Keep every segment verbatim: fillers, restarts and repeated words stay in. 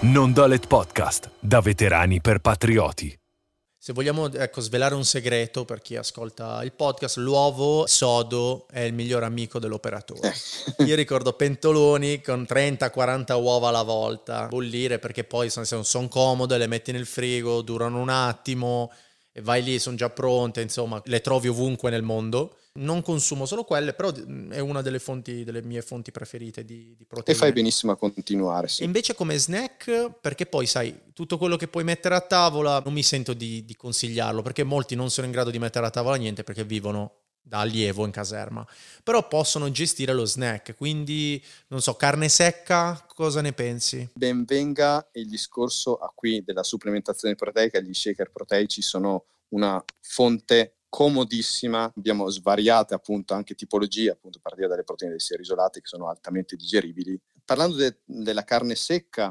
Nondolet Podcast, da veterani per patrioti. Se vogliamo ecco, svelare un segreto per chi ascolta il podcast, l'uovo sodo è il miglior amico dell'operatore. Io ricordo pentoloni con trenta quaranta uova alla volta, bollire perché poi sono, sono comode, le metti nel frigo, durano un attimo e vai lì, sono già pronte, insomma, le trovi ovunque nel mondo. Non consumo solo quelle, però è una delle fonti, delle mie fonti preferite di, di proteine. E fai benissimo a continuare, sì. E invece come snack, perché poi sai, tutto quello che puoi mettere a tavola, non mi sento di, di consigliarlo, perché molti non sono in grado di mettere a tavola niente perché vivono da allievo in caserma, però possono gestire lo snack, quindi non so, carne secca, cosa ne pensi? Ben venga il discorso a qui della supplementazione proteica, gli shaker proteici sono una fonte comodissima, abbiamo svariate appunto anche tipologie, appunto a partire dalle proteine dei seri isolati che sono altamente digeribili. Parlando de- della carne secca,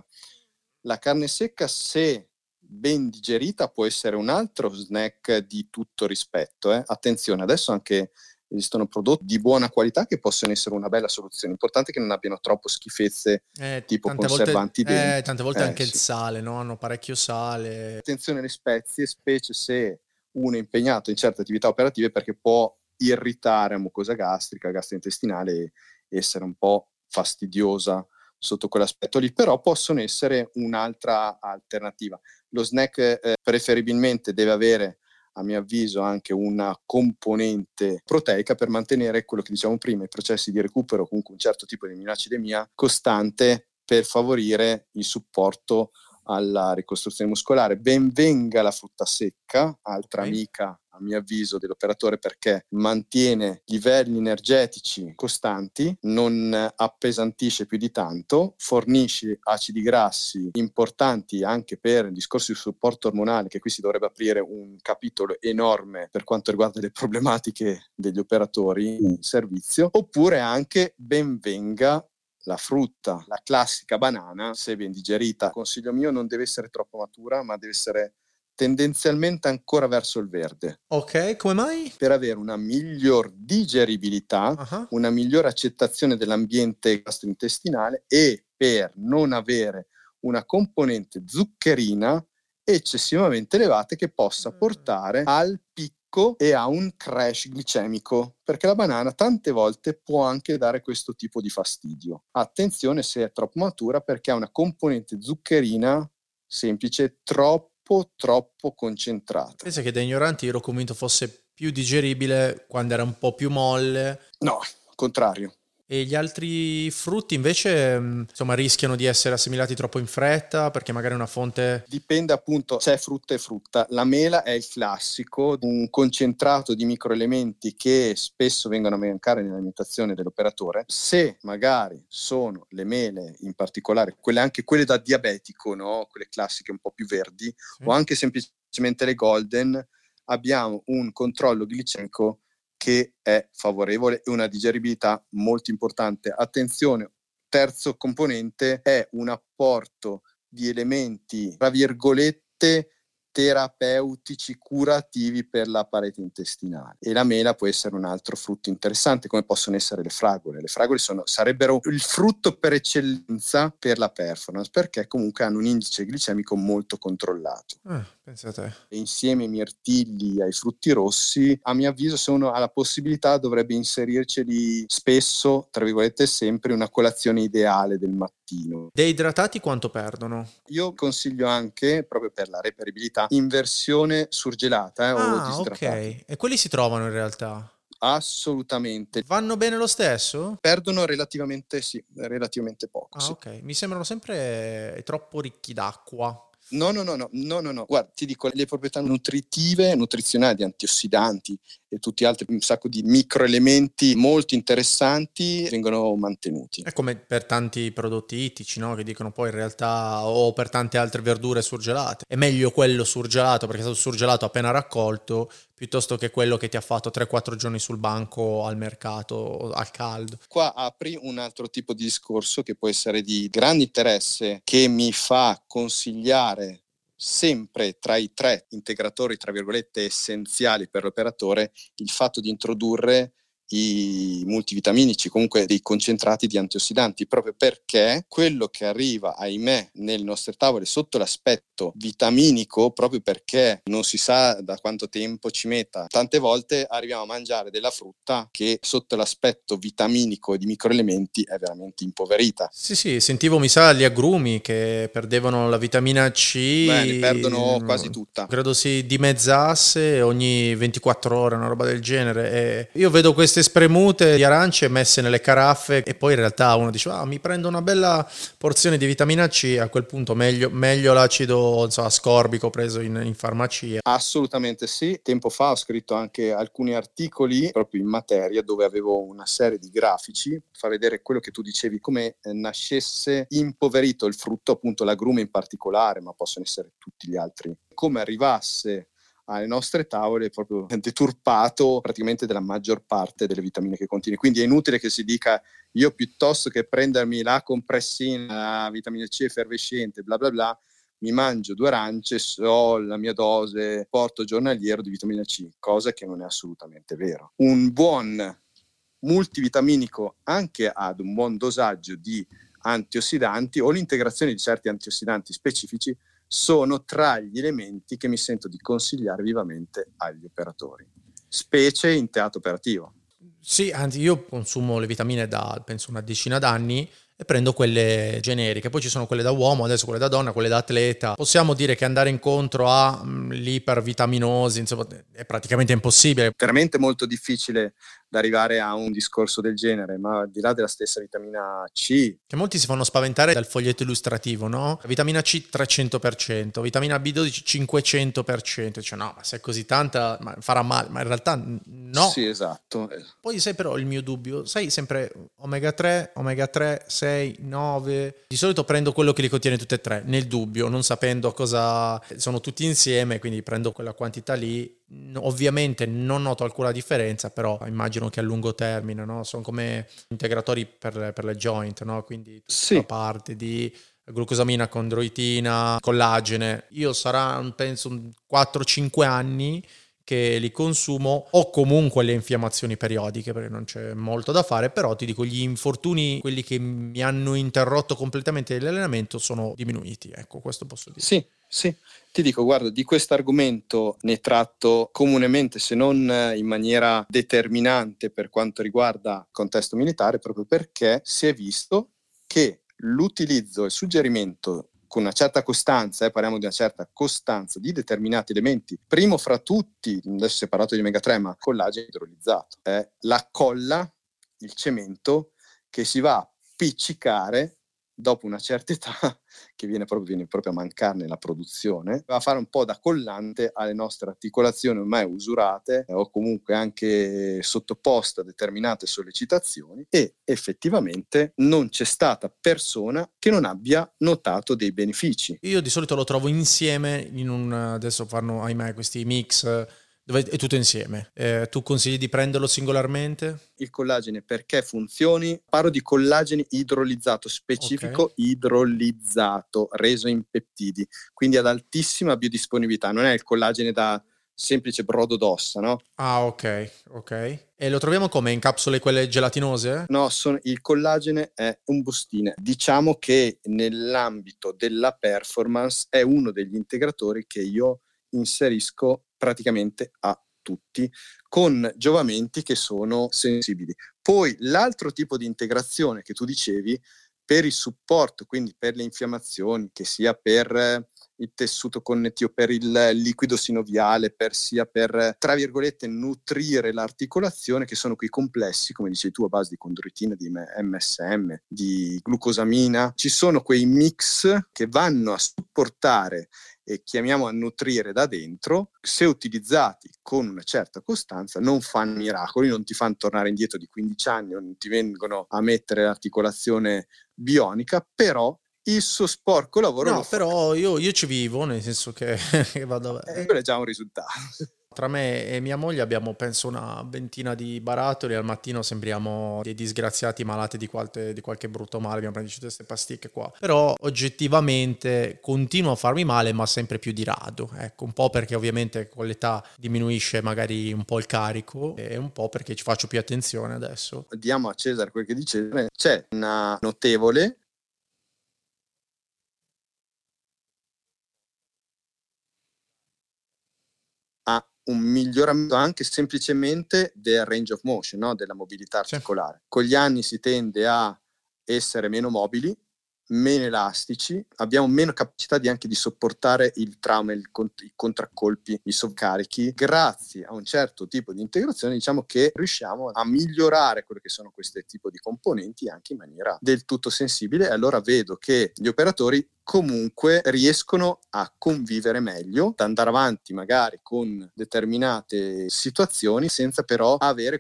la carne secca se ben digerita può essere un altro snack di tutto rispetto. Eh. Attenzione, adesso anche esistono prodotti di buona qualità che possono essere una bella soluzione. L'importante è che non abbiano troppo schifezze eh, tipo tante conservanti volte, dentro. Eh, tante volte eh, anche sì. il sale, no? Hanno parecchio sale. Attenzione alle spezie, specie se uno è impegnato in certe attività operative, perché può irritare la mucosa gastrica, gastrointestinale e essere un po' fastidiosa sotto quell'aspetto lì, però possono essere un'altra alternativa. Lo snack eh, preferibilmente deve avere, a mio avviso, anche una componente proteica per mantenere quello che diciamo prima, i processi di recupero, comunque un certo tipo di immunoacidemia costante per favorire il supporto alla ricostruzione muscolare. Ben venga la frutta secca, altra Okay. amica a mio avviso dell'operatore, perché mantiene livelli energetici costanti, non appesantisce più di tanto, fornisce acidi grassi importanti anche per il discorso di supporto ormonale, che qui si dovrebbe aprire un capitolo enorme per quanto riguarda le problematiche degli operatori in servizio, oppure anche ben venga la frutta, la classica banana, se ben digerita. Consiglio mio, non deve essere troppo matura, ma deve essere tendenzialmente ancora verso il verde. Ok, come mai? Per avere una miglior digeribilità, Uh-huh. una migliore accettazione dell'ambiente gastrointestinale e per non avere una componente zuccherina eccessivamente elevata che possa portare al picco e a un crash glicemico, perché la banana tante volte può anche dare questo tipo di fastidio. Attenzione se è troppo matura, perché ha una componente zuccherina semplice troppo troppo concentrata. Pensa che da ignorante io ero convinto fosse più digeribile quando era un po' più molle. No, contrario. E gli altri frutti invece mh, insomma rischiano di essere assimilati troppo in fretta perché magari una fonte... Dipende appunto se è frutta e frutta. La mela è il classico, un concentrato di microelementi che spesso vengono a mancare nell'alimentazione dell'operatore. Se magari sono le mele in particolare, quelle anche quelle da diabetico, no? Quelle classiche un po' più verdi, Sì. o anche semplicemente le golden, abbiamo un controllo glicemico che è favorevole e una digeribilità molto importante. Attenzione, terzo componente è un apporto di elementi, tra virgolette, terapeutici, curativi per la parete intestinale. E la mela può essere un altro frutto interessante, come possono essere le fragole. Le fragole sono, sarebbero il frutto per eccellenza per la performance, perché comunque hanno un indice glicemico molto controllato. Ah, pensate. E insieme ai mirtilli, ai frutti rossi, a mio avviso, se uno ha la possibilità dovrebbe inserirceli spesso, tra virgolette sempre, una colazione ideale del mattino. Deidratati quanto perdono? Io consiglio anche, proprio per la reperibilità, in versione surgelata eh, o Ah, disidratata. ok. E quelli si trovano in realtà? Assolutamente. Vanno bene lo stesso? Perdono relativamente, sì, relativamente poco. Ah, sì. ok. Mi sembrano sempre troppo ricchi d'acqua. No, no, no, no, no, no, no. Guarda, ti dico, le proprietà nutritive, nutrizionali, di antiossidanti e tutti altri, un sacco di microelementi molto interessanti vengono mantenuti. È come per tanti prodotti ittici, no? Che dicono poi in realtà, o per tante altre verdure surgelate. È meglio quello surgelato perché è stato surgelato appena raccolto, piuttosto che quello che ti ha fatto tre quattro giorni sul banco al mercato, al caldo. Qua apri un altro tipo di discorso che può essere di grande interesse, che mi fa consigliare sempre tra i tre integratori, tra virgolette, essenziali per l'operatore, il fatto di introdurre i multivitaminici, comunque dei concentrati di antiossidanti, proprio perché quello che arriva, ahimè, nelle nostre tavole sotto l'aspetto vitaminico, proprio perché non si sa da quanto tempo ci metta, tante volte arriviamo a mangiare della frutta che sotto l'aspetto vitaminico e di microelementi è veramente impoverita. Sì, sì, sentivo, mi sa, gli agrumi che perdevano la vitamina C. Beh, ne perdono quasi tutta. Credo si dimezzasse ogni ventiquattro ore, una roba del genere. E io vedo queste spremute di arance messe nelle caraffe e poi in realtà uno dice ah, mi prendo una bella porzione di vitamina C, a quel punto meglio, meglio l'acido insomma, ascorbico preso in, in farmacia. Assolutamente sì. Tempo fa ho scritto anche alcuni articoli proprio in materia dove avevo una serie di grafici per far vedere quello che tu dicevi, come nascesse impoverito il frutto, appunto l'agrume in particolare, ma possono essere tutti gli altri, come arrivasse alle nostre tavole proprio deturpato praticamente della maggior parte delle vitamine che contiene. Quindi è inutile che si dica io piuttosto che prendermi la compressina, la vitamina C effervescente, bla bla bla, mi mangio due arance, so la mia dose, porto giornaliero di vitamina C, cosa che non è assolutamente vero. Un buon multivitaminico anche ad un buon dosaggio di antiossidanti o l'integrazione di certi antiossidanti specifici sono tra gli elementi che mi sento di consigliare vivamente agli operatori, specie in teatro operativo. Sì, anzi io consumo le vitamine da penso una decina d'anni e prendo quelle generiche, poi ci sono quelle da uomo, adesso quelle da donna, quelle da atleta. Possiamo dire che andare incontro a mh, l'ipervitaminosi, insomma, è praticamente impossibile. Veramente molto difficile da arrivare a un discorso del genere, ma al di là della stessa vitamina C. Che molti si fanno spaventare dal foglietto illustrativo, no? Vitamina C trecento per cento, vitamina B dodici cinquecento per cento. Cioè no, ma se è così tanta ma farà male, ma in realtà no. Sì, esatto. Poi sai però il mio dubbio, sai sempre omega tre, omega tre, sei, nove. Di solito prendo quello che li contiene tutte e tre, nel dubbio, non sapendo cosa sono tutti insieme, quindi prendo quella quantità lì. Ovviamente non noto alcuna differenza, però immagino che a lungo termine, no? Sono come integratori per, per le joint, no? Quindi tutta sì. la parte di glucosamina, condroitina, collagene. Io sarà penso un quattro cinque anni che li consumo, o comunque le infiammazioni periodiche, perché non c'è molto da fare, però ti dico gli infortuni, quelli che mi hanno interrotto completamente l'allenamento, sono diminuiti, ecco, questo posso dire. Sì, sì, ti dico, guarda, di questo argomento ne tratto comunemente, se non in maniera determinante per quanto riguarda il contesto militare, proprio perché si è visto che l'utilizzo e il suggerimento con una certa costanza, eh, parliamo di una certa costanza di determinati elementi, primo fra tutti, adesso si è parlato di omega tre, ma collagene idrolizzato, è la colla, il cemento che si va a piccicare dopo una certa età, che viene proprio, viene proprio a mancare nella produzione, va a fare un po' da collante alle nostre articolazioni ormai usurate eh, o comunque anche sottoposte a determinate sollecitazioni, e effettivamente non c'è stata persona che non abbia notato dei benefici. Io di solito lo trovo insieme in un, adesso fanno ahimè questi mix dove è tutto insieme. Eh, tu consigli di prenderlo singolarmente? Il collagene, perché funzioni, parlo di collagene idrolizzato, specifico okay. idrolizzato, reso in peptidi, quindi ad altissima biodisponibilità, non è il collagene da semplice brodo d'ossa, no? Ah, ok, ok. E lo troviamo come? In capsule quelle gelatinose? No, sono, il collagene è un bustine. Diciamo che nell'ambito della performance è uno degli integratori che io inserisco praticamente a tutti, con giovamenti che sono sensibili. Poi l'altro tipo di integrazione che tu dicevi per il supporto, quindi per le infiammazioni, che sia per il tessuto connettivo, per il liquido sinoviale, per sia per, tra virgolette, nutrire l'articolazione, che sono quei complessi, come dicevi tu, a base di condroitina, di M S M, di glucosamina. Ci sono quei mix che vanno a supportare e chiamiamo a nutrire da dentro, se utilizzati con una certa costanza non fanno miracoli, non ti fanno tornare indietro di quindici anni, non ti vengono a mettere l'articolazione bionica, però il suo sporco lavoro no, lo fa. però io, io ci vivo, nel senso che, che vado eh, quello è già un risultato. Tra me e mia moglie abbiamo penso una ventina di barattoli, al mattino sembriamo dei disgraziati malati di qualche, di qualche brutto male, abbiamo preso tutte queste pasticche qua. Però oggettivamente continuo a farmi male, ma sempre più di rado, ecco, un po' perché ovviamente con l'età diminuisce magari un po' il carico e un po' perché ci faccio più attenzione adesso. Diamo a Cesare quel che dice, c'è una notevole a un miglioramento anche semplicemente del range of motion, no? Della mobilità articolare. Sì. Con gli anni si tende a essere meno mobili, meno elastici, abbiamo meno capacità di anche di sopportare il trauma, il cont- i contraccolpi, i sovcarichi. Grazie a un certo tipo di integrazione diciamo che riusciamo a migliorare quello che sono questi tipo di componenti anche in maniera del tutto sensibile, e allora vedo che gli operatori comunque riescono a convivere meglio, ad andare avanti magari con determinate situazioni senza però avere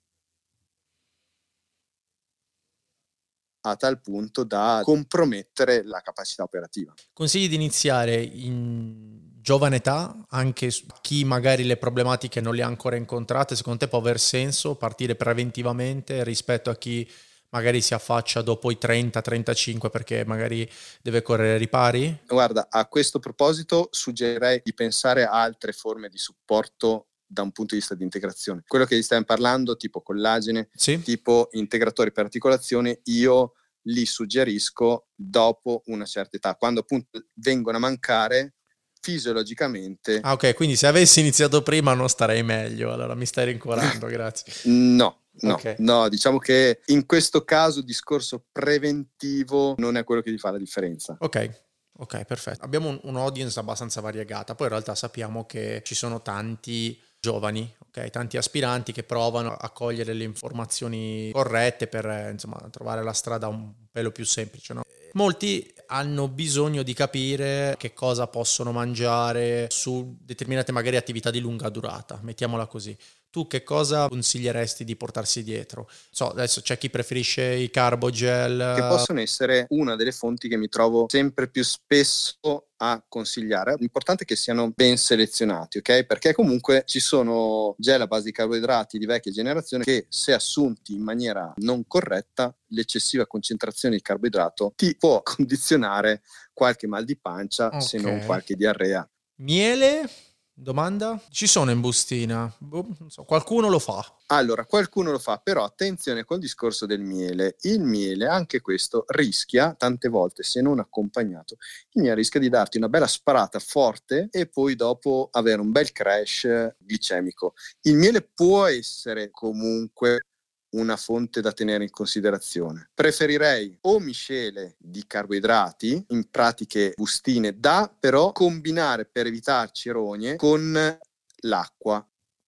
a tal punto da compromettere la capacità operativa. Consigli di iniziare in giovane età, anche chi magari le problematiche non le ha ancora incontrate, secondo te può aver senso partire preventivamente rispetto a chi magari si affaccia dopo i trenta trentacinque perché magari deve correre ripari? Guarda, a questo proposito suggerirei di pensare a altre forme di supporto da un punto di vista di integrazione. Quello che stiamo parlando, tipo collagene, sì. tipo integratori per articolazione, io li suggerisco dopo una certa età, quando appunto vengono a mancare fisiologicamente. Ah, ok, quindi se avessi iniziato prima non starei meglio, allora mi stai rincuorando, grazie. No. No, okay. no, diciamo che in questo caso il discorso preventivo non è quello che ti fa la differenza. Ok. Ok, perfetto. Abbiamo un, un audience abbastanza variegata, poi in realtà sappiamo che ci sono tanti giovani, ok, tanti aspiranti che provano a cogliere le informazioni corrette per insomma trovare la strada un pelo più semplice, no? Molti hanno bisogno di capire che cosa possono mangiare su determinate magari attività di lunga durata, mettiamola così. Tu che cosa consiglieresti di portarsi dietro? So, adesso c'è chi preferisce i carbogel. Che possono essere una delle fonti che mi trovo sempre più spesso a consigliare. L'importante è che siano ben selezionati, ok? Perché comunque ci sono gel a base di carboidrati di vecchia generazione che, se assunti in maniera non corretta, l'eccessiva concentrazione di carboidrato ti può condizionare qualche mal di pancia, okay, se non qualche diarrea. Miele? Domanda? Ci sono in bustina? Boh, non so, qualcuno lo fa. Allora, qualcuno lo fa, però attenzione col discorso del miele. Il miele, anche questo, rischia, tante volte, se non accompagnato, il miele rischia di darti una bella sparata forte e poi dopo avere un bel crash glicemico. Il miele può essere comunque una fonte da tenere in considerazione. Preferirei o miscele di carboidrati in pratiche bustine da però combinare per evitarci rogne con l'acqua.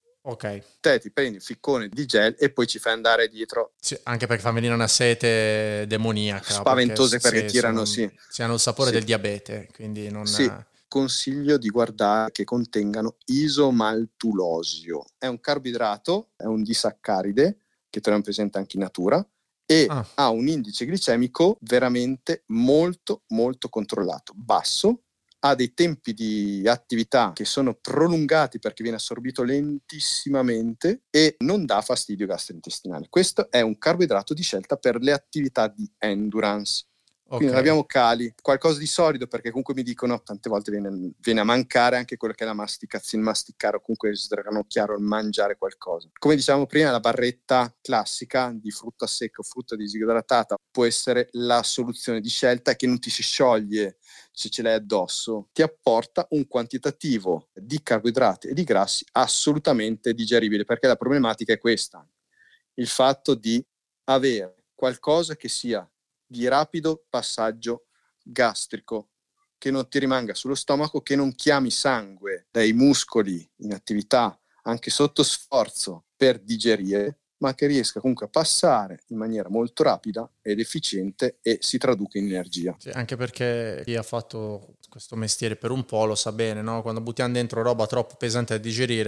Ok. Te ti prendi un ficcone di gel e poi ci fai andare dietro. Sì, anche perché fa venire una sete demoniaca. Spaventose perché, perché tirano, sono, sì. Si hanno il sapore sì. del diabete, quindi non... Sì. Consiglio di guardare che contengano isomaltulosio. È un carboidrato, è un disaccaride che troviamo presente anche in natura e ah. ha un indice glicemico veramente molto molto controllato, basso, ha dei tempi di attività che sono prolungati perché viene assorbito lentissimamente e non dà fastidio gastrointestinale. Questo è un carboidrato di scelta per le attività di endurance. Okay. Quindi non abbiamo cali, qualcosa di solido perché comunque mi dicono tante volte viene, viene a mancare anche quello che è la masticazione, il masticare o comunque sdraganocchiare o il mangiare qualcosa. Come dicevamo prima, la barretta classica di frutta secca o frutta disidratata può essere la soluzione di scelta che non ti si scioglie se ce l'hai addosso, ti apporta un quantitativo di carboidrati e di grassi assolutamente digeribile, perché la problematica è questa, il fatto di avere qualcosa che sia di rapido passaggio gastrico, che non ti rimanga sullo stomaco, che non chiami sangue dai muscoli in attività anche sotto sforzo per digerire, ma che riesca comunque a passare in maniera molto rapida ed efficiente e si traduca in energia. Sì, anche perché chi ha fatto questo mestiere per un po' lo sa bene, no? Quando buttiamo dentro roba troppo pesante da digerire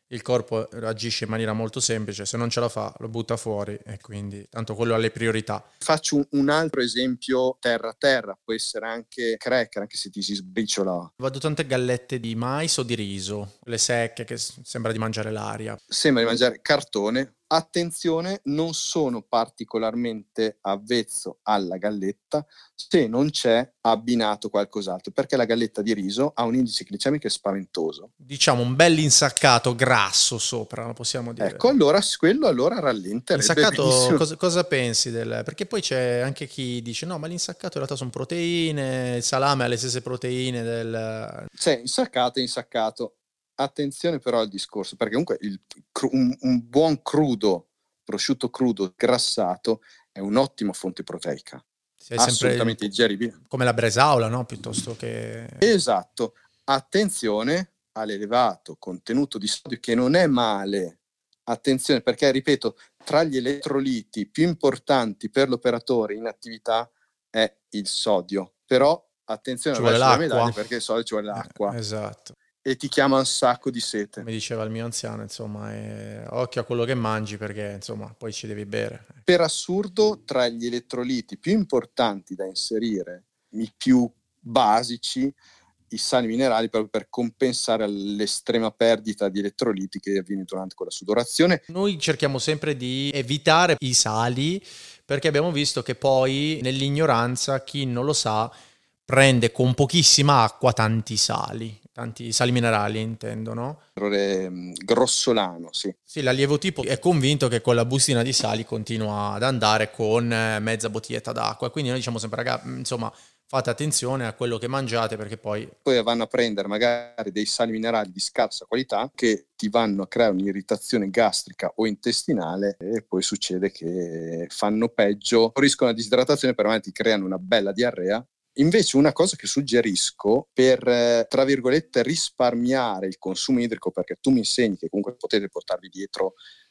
il corpo agisce in maniera molto semplice, se non ce la fa lo butta fuori e quindi tanto quello ha le priorità. Faccio un, un altro esempio terra-terra, può essere anche cracker, anche se ti si sbriciola. Vado tante gallette di mais o di riso, le secche che s- sembra di mangiare l'aria. Sembra di mangiare cartone. Attenzione, non sono particolarmente avvezzo alla galletta se non c'è abbinato qualcos'altro, perché la galletta di riso ha un indice glicemico spaventoso. Diciamo un bel insaccato grasso sopra, lo possiamo dire. Ecco, allora quello allora rallenterebbe L'insaccato, benissimo. cosa, cosa pensi del... Perché poi c'è anche chi dice no, ma l'insaccato in realtà sono proteine, il salame ha le stesse proteine del... Cioè, insaccato è insaccato. Attenzione però al discorso, perché comunque il, un, un buon crudo, prosciutto crudo, grassato, è un'ottima fonte proteica. È assolutamente sempre digeribile. Come la bresaola, no? Piuttosto che... Esatto. Attenzione all'elevato contenuto di sodio, che non è male. Attenzione, perché, ripeto, tra gli elettroliti più importanti per l'operatore in attività è il sodio. Però attenzione Ci a vuole verso le l'acqua. medaglie, perché il sodio ci vuole l'acqua. Eh, esatto. E ti chiama un sacco di sete. Come diceva il mio anziano, insomma, è... occhio a quello che mangi perché, insomma, poi ci devi bere. Per assurdo, tra gli elettroliti più importanti da inserire, i più basici, i sali minerali, proprio per compensare l'estrema perdita di elettroliti che avviene durante quella sudorazione. Noi cerchiamo sempre di evitare i sali perché abbiamo visto che poi nell'ignoranza chi non lo sa prende con pochissima acqua tanti sali, tanti sali minerali intendo, no? Errore grossolano, sì. Sì, l'allievo tipo è convinto che con la bustina di sali continua ad andare con mezza bottiglietta d'acqua, quindi noi diciamo sempre, ragazzi, insomma, fate attenzione a quello che mangiate perché poi... Poi vanno a prendere magari dei sali minerali di scarsa qualità che ti vanno a creare un'irritazione gastrica o intestinale e poi succede che fanno peggio, rischiano la disidratazione, però ti creano una bella diarrea. Invece una cosa che suggerisco per, tra virgolette, risparmiare il consumo idrico, perché tu mi insegni che comunque potete portarvi dietro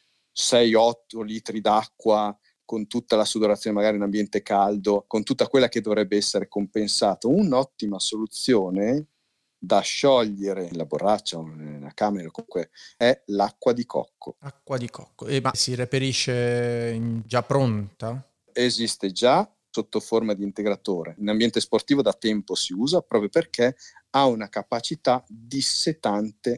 sei otto litri d'acqua con tutta la sudorazione magari in ambiente caldo, con tutta quella che dovrebbe essere compensata, un'ottima soluzione da sciogliere nella borraccia o nella camera comunque è l'acqua di cocco. Acqua di cocco. E ma si reperisce in già pronta? Esiste già sotto forma di integratore. In ambiente sportivo da tempo si usa proprio perché ha una capacità dissetante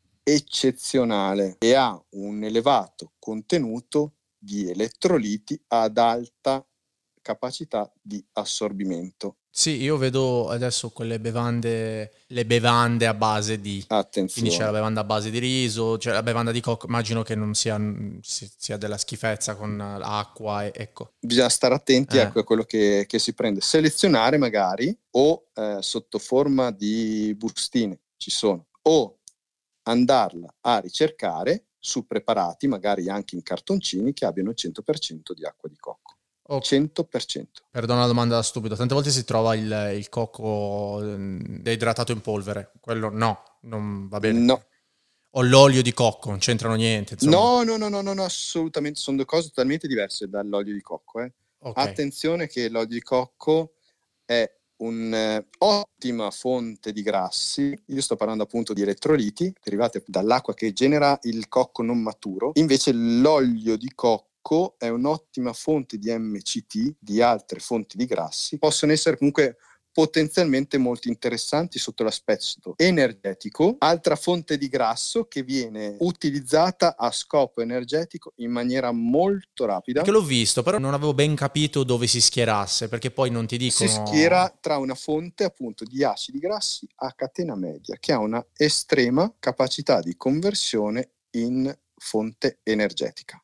eccezionale e ha un elevato contenuto di elettroliti ad alta capacità di assorbimento. Sì, io vedo adesso quelle bevande, le bevande a base di... Attenzione. Quindi c'è la bevanda a base di riso, c'è la bevanda di cocco, immagino che non sia, sia della schifezza con l'acqua, e, ecco. Bisogna stare attenti Eh. ecco, a quello che, che si prende. Selezionare magari o eh, sotto forma di bustine, ci sono, o andarla a ricercare su preparati, magari anche in cartoncini, che abbiano il cento per cento di acqua di cocco. Oh, cento per cento. Perdona la domanda da stupido, tante volte si trova il, il cocco eh, deidratato in polvere, quello no, non va bene. No. O l'olio di cocco, non c'entrano niente. Insomma. No, no, no, no, no, no, assolutamente, sono due cose totalmente diverse dall'olio di cocco. Eh. Okay. Attenzione che l'olio di cocco è un'ottima fonte di grassi. Io sto parlando appunto di elettroliti derivati dall'acqua che genera il cocco non maturo. Invece l'olio di cocco è un'ottima fonte di M C T, di altre fonti di grassi. Possono essere comunque potenzialmente molto interessanti sotto l'aspetto energetico. Altra fonte di grasso che viene utilizzata a scopo energetico in maniera molto rapida. Perché l'ho visto, però non avevo ben capito dove si schierasse, perché poi non ti dicono... Si schiera tra una fonte appunto di acidi grassi a catena media, che ha una estrema capacità di conversione in fonte energetica.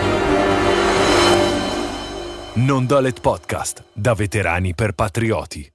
Non Dolet Podcast, da veterani per patrioti.